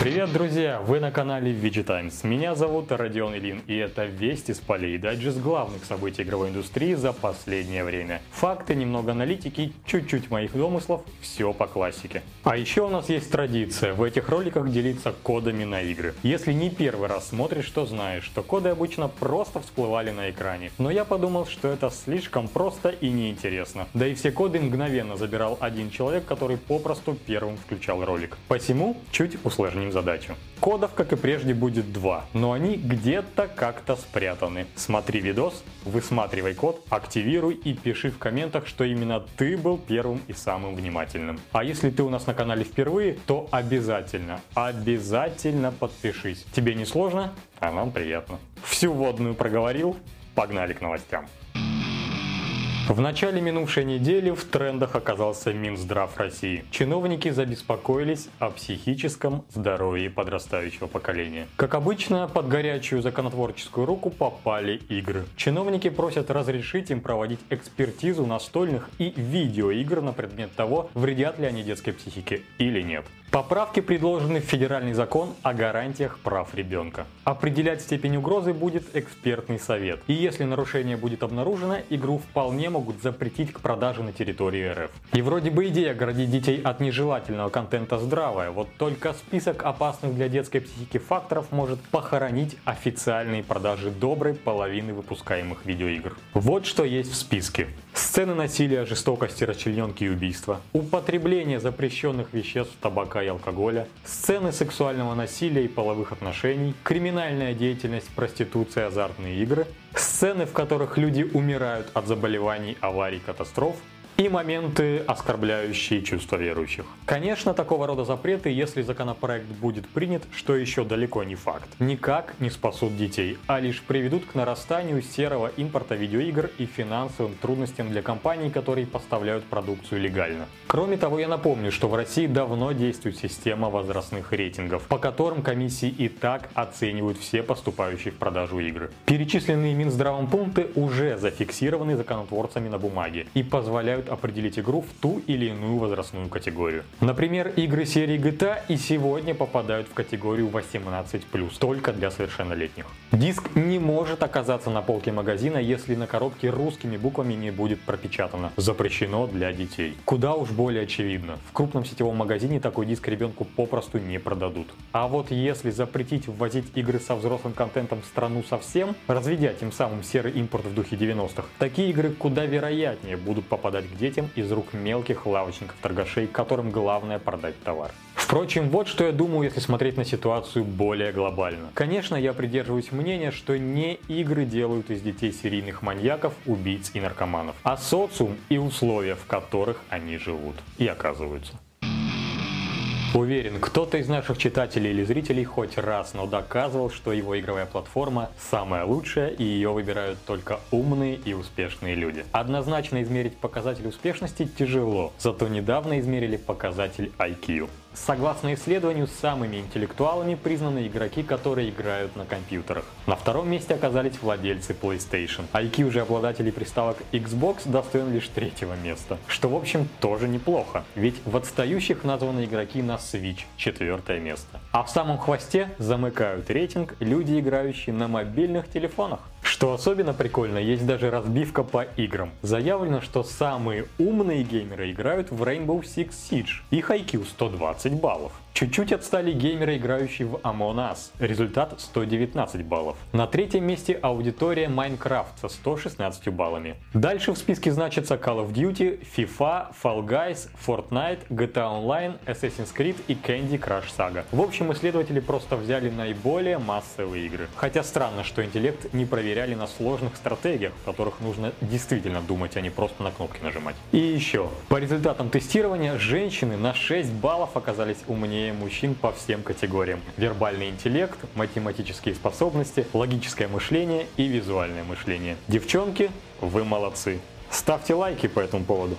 Привет, друзья! Вы на канале VG Times. Меня зовут Родион Ильин, и это вести с полей, дайджест главных событий игровой индустрии за последнее время. Факты, немного аналитики, чуть-чуть моих домыслов, все по классике. А еще у нас есть традиция в этих роликах делиться кодами на игры. Если не первый раз смотришь, то знаешь, что коды обычно просто всплывали на экране. Но я подумал, что это слишком просто и неинтересно. Да и все коды мгновенно забирал один человек, который попросту первым включал ролик. Посему чуть усложним задачу. Кодов, как и прежде, будет два, но они где-то как-то спрятаны. Смотри видос, высматривай код, активируй и пиши в комментах, что именно ты был первым и самым внимательным. А если ты у нас на канале впервые, то обязательно подпишись. Тебе не сложно, а нам приятно. Всю вводную проговорил, погнали к новостям. В начале минувшей недели в трендах оказался Минздрав России. Чиновники забеспокоились о психическом здоровье подрастающего поколения. Как обычно, под горячую законотворческую руку попали игры. Чиновники просят разрешить им проводить экспертизу настольных и видеоигр на предмет того, вредят ли они детской психике или нет. Поправки предложены в федеральный закон о гарантиях прав ребенка. Определять степень угрозы будет экспертный совет. И если нарушение будет обнаружено, игру вполне могут запретить к продаже на территории РФ. И вроде бы идея оградить детей от нежелательного контента здравая, вот только список опасных для детской психики факторов может похоронить официальные продажи доброй половины выпускаемых видеоигр. Вот что есть в списке. Сцены насилия, жестокости, расчлененки и убийства, употребление запрещенных веществ, табака и алкоголя, сцены сексуального насилия и половых отношений, криминальная деятельность, проституция, азартные игры, сцены, в которых люди умирают от заболеваний, аварий, катастроф, и моменты, оскорбляющие чувства верующих. Конечно, такого рода запреты, если законопроект будет принят, что еще далеко не факт, никак не спасут детей, а лишь приведут к нарастанию серого импорта видеоигр и финансовым трудностям для компаний, которые поставляют продукцию легально. Кроме того, я напомню, что в России давно действует система возрастных рейтингов, по которым комиссии и так оценивают все поступающие в продажу игры. Перечисленные Минздравом пункты уже зафиксированы законотворцами на бумаге и позволяют определить игру в ту или иную возрастную категорию. Например, игры серии GTA и сегодня попадают в категорию 18+, только для совершеннолетних. Диск не может оказаться на полке магазина, если на коробке русскими буквами не будет пропечатано «Запрещено для детей». Куда уж более очевидно, в крупном сетевом магазине такой диск ребенку попросту не продадут. А вот если запретить ввозить игры со взрослым контентом в страну совсем, разведя тем самым серый импорт в духе 90-х, такие игры куда вероятнее будут попадать к детям из рук мелких лавочников-торгашей, которым главное продать товар. Впрочем, вот что я думаю, если смотреть на ситуацию более глобально. Конечно, я придерживаюсь мнения, что не игры делают из детей серийных маньяков, убийц и наркоманов, а социум и условия, в которых они живут и оказываются. Уверен, кто-то из наших читателей или зрителей хоть раз, но доказывал, что его игровая платформа самая лучшая и ее выбирают только умные и успешные люди. Однозначно измерить показатель успешности тяжело, зато недавно измерили показатель IQ. Согласно исследованию, самыми интеллектуалами признаны игроки, которые играют на компьютерах. На втором месте оказались владельцы PlayStation. IQ же обладателей приставок Xbox достоин лишь третьего места. Что в общем тоже неплохо, ведь в отстающих названы игроки на Switch, четвертое место. А в самом хвосте замыкают рейтинг люди, играющие на мобильных телефонах. Что особенно прикольно, есть даже разбивка по играм. Заявлено, что самые умные геймеры играют в Rainbow Six Siege. Их IQ 120 баллов. Чуть-чуть отстали геймеры, играющие в Among Us. Результат 119 баллов. На третьем месте аудитория Minecraft со 116 баллами. Дальше в списке значатся Call of Duty, FIFA, Fall Guys, Fortnite, GTA Online, Assassin's Creed и Candy Crush Saga. В общем, исследователи просто взяли наиболее массовые игры. Хотя странно, что интеллект не проверяли на сложных стратегиях, в которых нужно действительно думать, а не просто на кнопки нажимать. И еще, по результатам тестирования, женщины на 6 баллов оказались умнее мужчин по всем категориям: вербальный интеллект, математические способности, логическое мышление и визуальное мышление. Девчонки, вы молодцы. Ставьте лайки по этому поводу.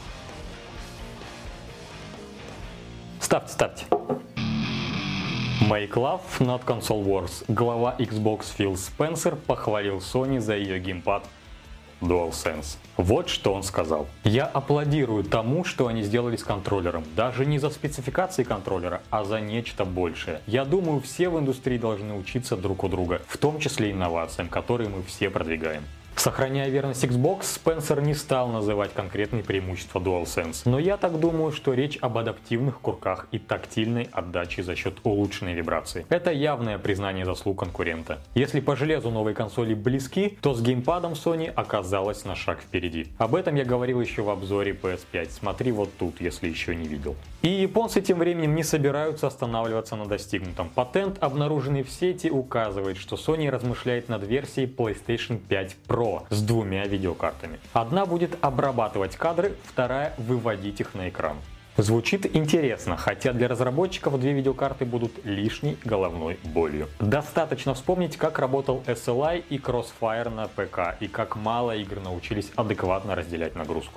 Ставьте. Make Love, Not Console Wars. Глава Xbox Фил Спенсер похвалил Sony за ее геймпад DualSense. Вот что он сказал. Я аплодирую тому, что они сделали с контроллером. Даже не за спецификации контроллера, а за нечто большее. Я думаю, все в индустрии должны учиться друг у друга, в том числе инновациям, которые мы все продвигаем. Сохраняя верность Xbox, Спенсер не стал называть конкретные преимущества DualSense, но я так думаю, что речь об адаптивных курках и тактильной отдаче за счет улучшенной вибрации. Это явное признание заслуг конкурента. Если по железу новые консоли близки, то с геймпадом Sony оказалась на шаг впереди. Об этом я говорил еще в обзоре PS5, смотри вот тут, если еще не видел. И японцы тем временем не собираются останавливаться на достигнутом. Патент, обнаруженный в сети, указывает, что Sony размышляет над версией PlayStation 5 Pro с двумя видеокартами. Одна будет обрабатывать кадры, вторая выводить их на экран. Звучит интересно, хотя для разработчиков две видеокарты будут лишней головной болью. Достаточно вспомнить, как работал SLI и Crossfire на ПК, и как мало игр научились адекватно разделять нагрузку.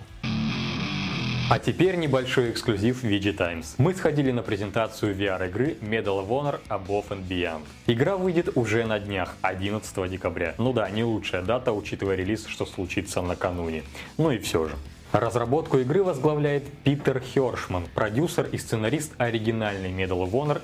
А теперь небольшой эксклюзив VG Times. Мы сходили на презентацию VR-игры Medal of Honor Above and Beyond. Игра выйдет уже на днях, 11 декабря. Ну да, не лучшая дата, учитывая релиз, что случится накануне. Ну и все же. Разработку игры возглавляет Питер Хершман, продюсер и сценарист оригинальной Medal of Honor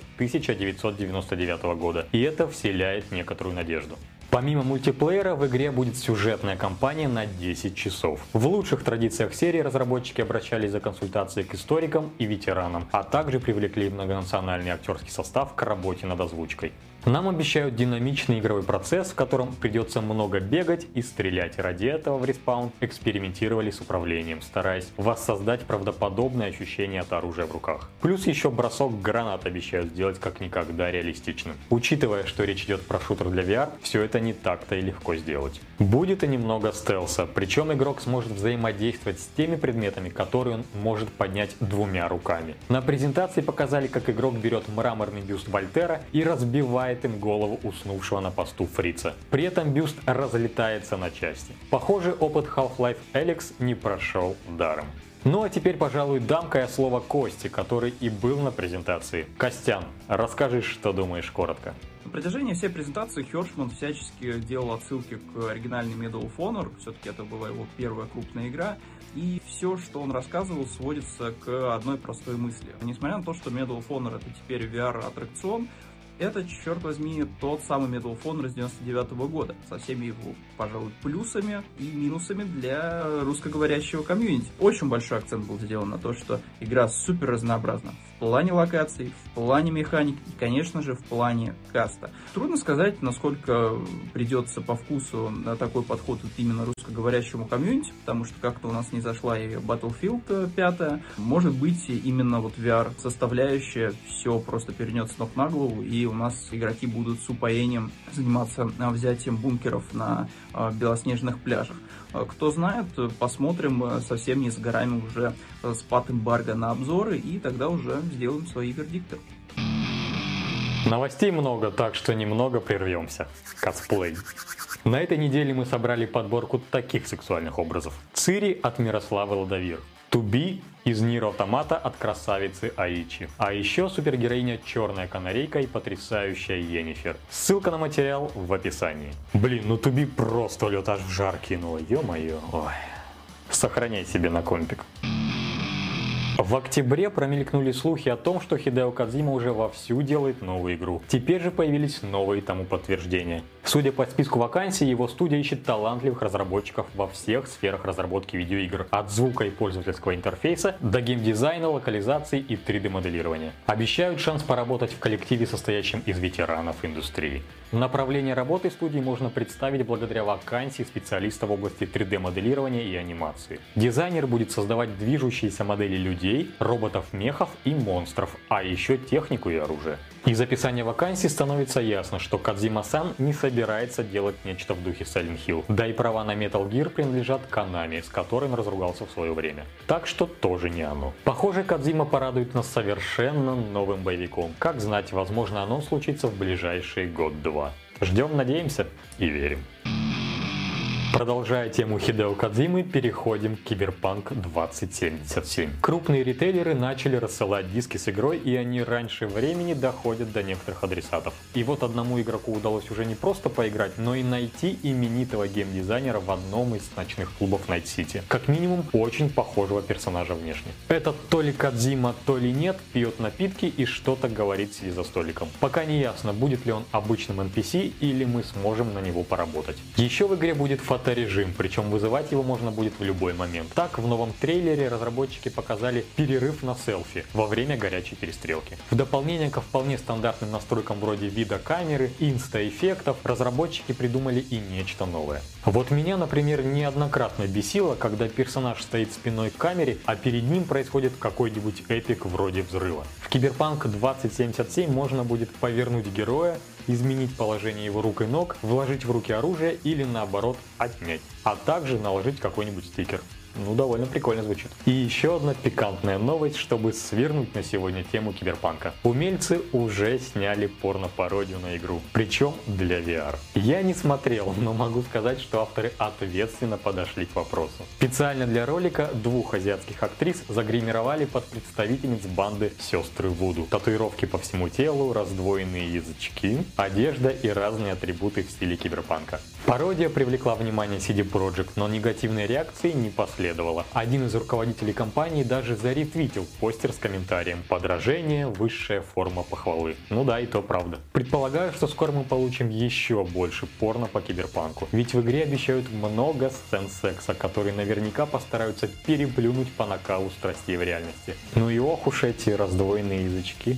1999 года. И это вселяет некоторую надежду. Помимо мультиплеера в игре будет сюжетная кампания на 10 часов. В лучших традициях серии разработчики обращались за консультацией к историкам и ветеранам, а также привлекли многонациональный актерский состав к работе над озвучкой. Нам обещают динамичный игровой процесс, в котором придется много бегать и стрелять. Ради этого в Respawn экспериментировали с управлением, стараясь воссоздать правдоподобное ощущение от оружия в руках. Плюс еще бросок гранат обещают сделать как никогда реалистичным. Учитывая, что речь идет про шутер для VR, все это не так-то и легко сделать. Будет и немного стелса, причем игрок сможет взаимодействовать с теми предметами, которые он может поднять двумя руками. На презентации показали, как игрок берет мраморный бюст Вольтера и разбивает им голову уснувшего на посту фрица. При этом бюст разлетается на части. Похоже, опыт Half-Life Alyx не прошел даром. Ну а теперь, пожалуй, дам-ка я слово Косте, который и был на презентации. Костян, расскажи, что думаешь коротко. На протяжении всей презентации Хершман всячески делал отсылки к оригинальной Medal of Honor, все-таки это была его первая крупная игра, и все, что он рассказывал, сводится к одной простой мысли. Несмотря на то, что Medal of Honor это теперь VR-аттракцион, это, черт возьми, тот самый Medal of Honor с 99 года, со всеми его, пожалуй, плюсами и минусами для русскоговорящего комьюнити. Очень большой акцент был сделан на то, что игра супер разнообразна в плане локаций, в плане механик и, конечно же, в плане каста. Трудно сказать, насколько придется по вкусу на такой подход именно русскоговорящему комьюнити, потому что как-то у нас не зашла и Battlefield 5. Может быть, именно вот VR-составляющая все просто перенется с ног на голову, и у нас игроки будут с упоением заниматься взятием бункеров на белоснежных пляжах. Кто знает, посмотрим, совсем не сгораем уже спад эмбарго на обзоры, и тогда уже сделаем свои вердикты. Новостей много, так что немного прервемся. Косплей. На этой неделе мы собрали подборку таких сексуальных образов. Цири от Мирославы Ладовир. Туби из Нир Автомата от красавицы Аичи. А еще супергероиня Черная Канарейка и потрясающая Йеннифер. Ссылка на материал в описании. Блин, ну Туби просто лед аж в жар кинула, ё-моё. Ой. Сохраняй себе на компик. В октябре промелькнули слухи о том, что Хидео Кодзима уже вовсю делает новую игру. Теперь же появились новые тому подтверждения. Судя по списку вакансий, его студия ищет талантливых разработчиков во всех сферах разработки видеоигр. От звука и пользовательского интерфейса до геймдизайна, локализации и 3D-моделирования. Обещают шанс поработать в коллективе, состоящем из ветеранов индустрии. Направление работы студии можно представить благодаря вакансии специалиста в области 3D-моделирования и анимации. Дизайнер будет создавать движущиеся модели людей, роботов-мехов и монстров, а еще технику и оружие. Из описания вакансий становится ясно, что Кодзима-сан не собирается делать нечто в духе Silent Hill. Да и права на Metal Gear принадлежат Konami, с которой он разругался в свое время. Так что тоже не оно. Похоже, Кодзима порадует нас совершенно новым боевиком. Как знать, возможно, оно случится в ближайшие год-два. Ждем, надеемся и верим. Продолжая тему Хидео Кодзимы, переходим к Киберпанк 2077. Крупные ритейлеры начали рассылать диски с игрой, и они раньше времени доходят до некоторых адресатов. И вот одному игроку удалось уже не просто поиграть, но и найти именитого геймдизайнера в одном из ночных клубов Night City. Как минимум, очень похожего персонажа внешне. Этот то ли Кодзима, то ли нет, пьет напитки и что-то говорит, сидя за столиком. Пока не ясно, будет ли он обычным NPC или мы сможем на него поработать. Еще в игре будет фоторежим, причем вызывать его можно будет в любой момент. Так, в новом трейлере разработчики показали перерыв на селфи во время горячей перестрелки. В дополнение ко вполне стандартным настройкам вроде вида камеры, инста-эффектов, разработчики придумали и нечто новое. Вот меня, например, неоднократно бесило, когда персонаж стоит спиной к камере, а перед ним происходит какой-нибудь эпик вроде взрыва. В Киберпанк 2077 можно будет повернуть героя, изменить положение его рук и ног, вложить в руки оружие или наоборот отнять, а также наложить какой-нибудь стикер. Ну, довольно прикольно звучит. И еще одна пикантная новость, чтобы свернуть на сегодня тему Киберпанка. Умельцы уже сняли порно-пародию на игру, причем для VR. Я не смотрел, но могу сказать, что авторы ответственно подошли к вопросу. Специально для ролика двух азиатских актрис загримировали под представительниц банды Сестры Вуду. Татуировки по всему телу, раздвоенные язычки, одежда и разные атрибуты в стиле Киберпанка. Пародия привлекла внимание CD Projekt, но негативной реакции не последовало. Один из руководителей компании даже заретвитил постер с комментарием «Подражение – высшая форма похвалы». Ну да, и то правда. Предполагаю, что скоро мы получим еще больше порно по Киберпанку. Ведь в игре обещают много сцен секса, которые наверняка постараются переплюнуть по накалу страстей в реальности. Ну и ох уж эти раздвоенные язычки.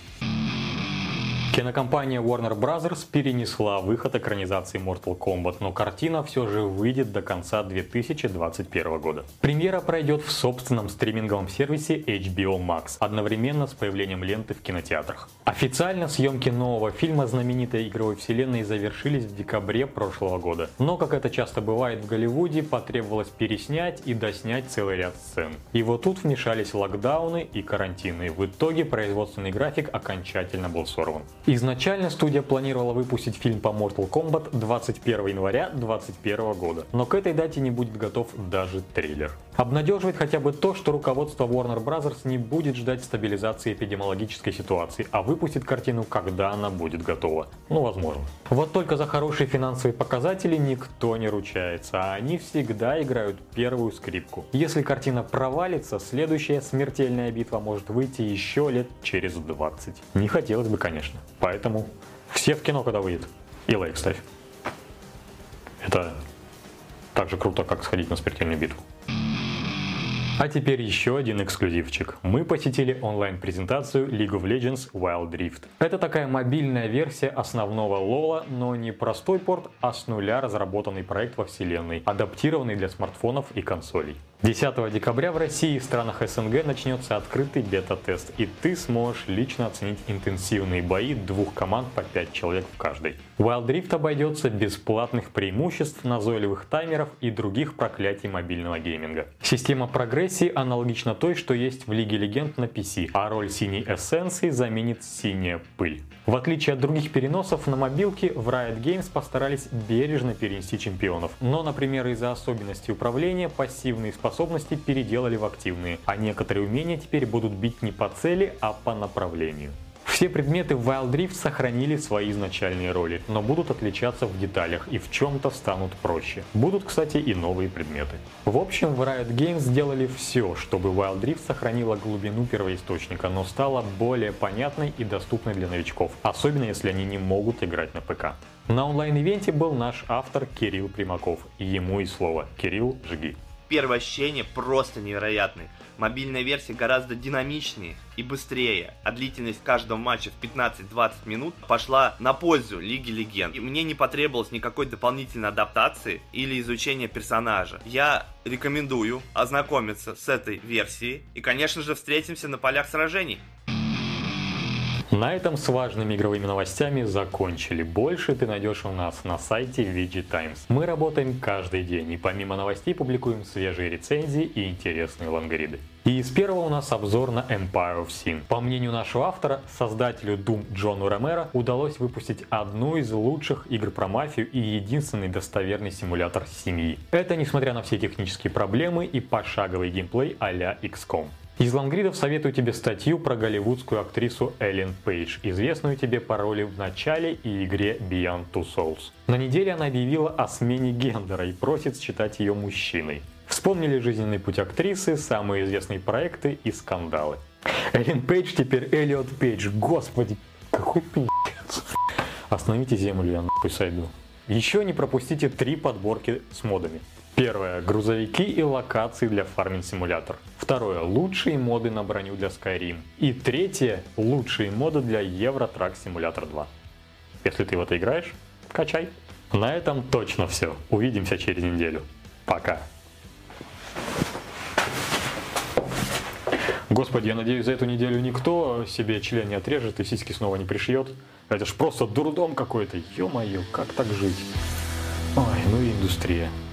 Кинокомпания Warner Bros. Перенесла выход экранизации Mortal Kombat, но картина все же выйдет до конца 2021 года. Премьера пройдет в собственном стриминговом сервисе HBO Max, одновременно с появлением ленты в кинотеатрах. Официально съемки нового фильма знаменитой игровой вселенной завершились в декабре прошлого года. Но, как это часто бывает в Голливуде, потребовалось переснять и доснять целый ряд сцен. И вот тут вмешались локдауны и карантины. В итоге производственный график окончательно был сорван. Изначально студия планировала выпустить фильм по Mortal Kombat 21 января 2021 года, но к этой дате не будет готов даже трейлер. Обнадеживает хотя бы то, что руководство Warner Bros. Не будет ждать стабилизации эпидемиологической ситуации, а выпустит картину, когда она будет готова. Ну, возможно. Вот только за хорошие финансовые показатели никто не ручается, а они всегда играют первую скрипку. Если картина провалится, следующая смертельная битва может выйти еще лет через 20. Не хотелось бы, конечно. Поэтому все в кино, когда выйдет. И лайк ставь. Это так же круто, как сходить на смертельную битву. А теперь еще один эксклюзивчик. Мы посетили онлайн-презентацию League of Legends Wild Rift. Это такая мобильная версия основного лола, но не простой порт, а с нуля разработанный проект во вселенной, адаптированный для смартфонов и консолей. 10 декабря в России и в странах СНГ начнется открытый бета-тест, и ты сможешь лично оценить интенсивные бои двух команд по 5 человек в каждой. Wild Rift обойдется без платных преимуществ, назойливых таймеров и других проклятий мобильного гейминга. Система прогрессии аналогична той, что есть в Лиге Легенд на PC, а роль синей эссенции заменит синяя пыль. В отличие от других переносов на мобилке, в Riot Games постарались бережно перенести чемпионов, но, например, из-за особенностей управления пассивные способности переделали в активные, а некоторые умения теперь будут бить не по цели, а по направлению. Все предметы в Wild Rift сохранили свои изначальные роли, но будут отличаться в деталях и в чем-то станут проще. Будут, кстати, и новые предметы. В общем, в Riot Games сделали все, чтобы Wild Rift сохранила глубину первоисточника, но стала более понятной и доступной для новичков, особенно если они не могут играть на ПК. На онлайн-ивенте был наш автор Кирилл Примаков, и ему и слово. Кирилл, жги. Первое ощущение просто невероятное. Мобильная версия гораздо динамичнее и быстрее, а длительность каждого матча в 15-20 минут пошла на пользу Лиги Легенд. И мне не потребовалось никакой дополнительной адаптации или изучения персонажа. Я рекомендую ознакомиться с этой версией и, конечно же, встретимся на полях сражений. На этом с важными игровыми новостями закончили. Больше ты найдешь у нас на сайте VG Times. Мы работаем каждый день и помимо новостей публикуем свежие рецензии и интересные лонгриды. И из первого у нас обзор на Empire of Sin. По мнению нашего автора, создателю Doom Джону Ромеро удалось выпустить одну из лучших игр про мафию и единственный достоверный симулятор семьи. Это несмотря на все технические проблемы и пошаговый геймплей а-ля XCOM. Из лонгридов советую тебе статью про голливудскую актрису Эллен Пейдж, известную тебе по роли в начале и игре Beyond Two Souls. На неделе она объявила о смене гендера и просит считать ее мужчиной. Вспомнили жизненный путь актрисы, самые известные проекты и скандалы. Эллен Пейдж теперь Эллиот Пейдж. Господи, какой пи***ц. Остановите землю, я нахуй сойду. Еще не пропустите 3 подборки с модами. Первое. Грузовики и локации для Farming Simulator. Второе. Лучшие моды на броню для Skyrim. И третье. Лучшие моды для Euro Truck Simulator 2. Если ты в это играешь, качай. На этом точно все. Увидимся через неделю. Пока. Господи, я надеюсь, за эту неделю никто себе член не отрежет и сиськи снова не пришьет. Это ж просто дурдом какой-то. Ё-моё, как так жить? Ой, ну и индустрия.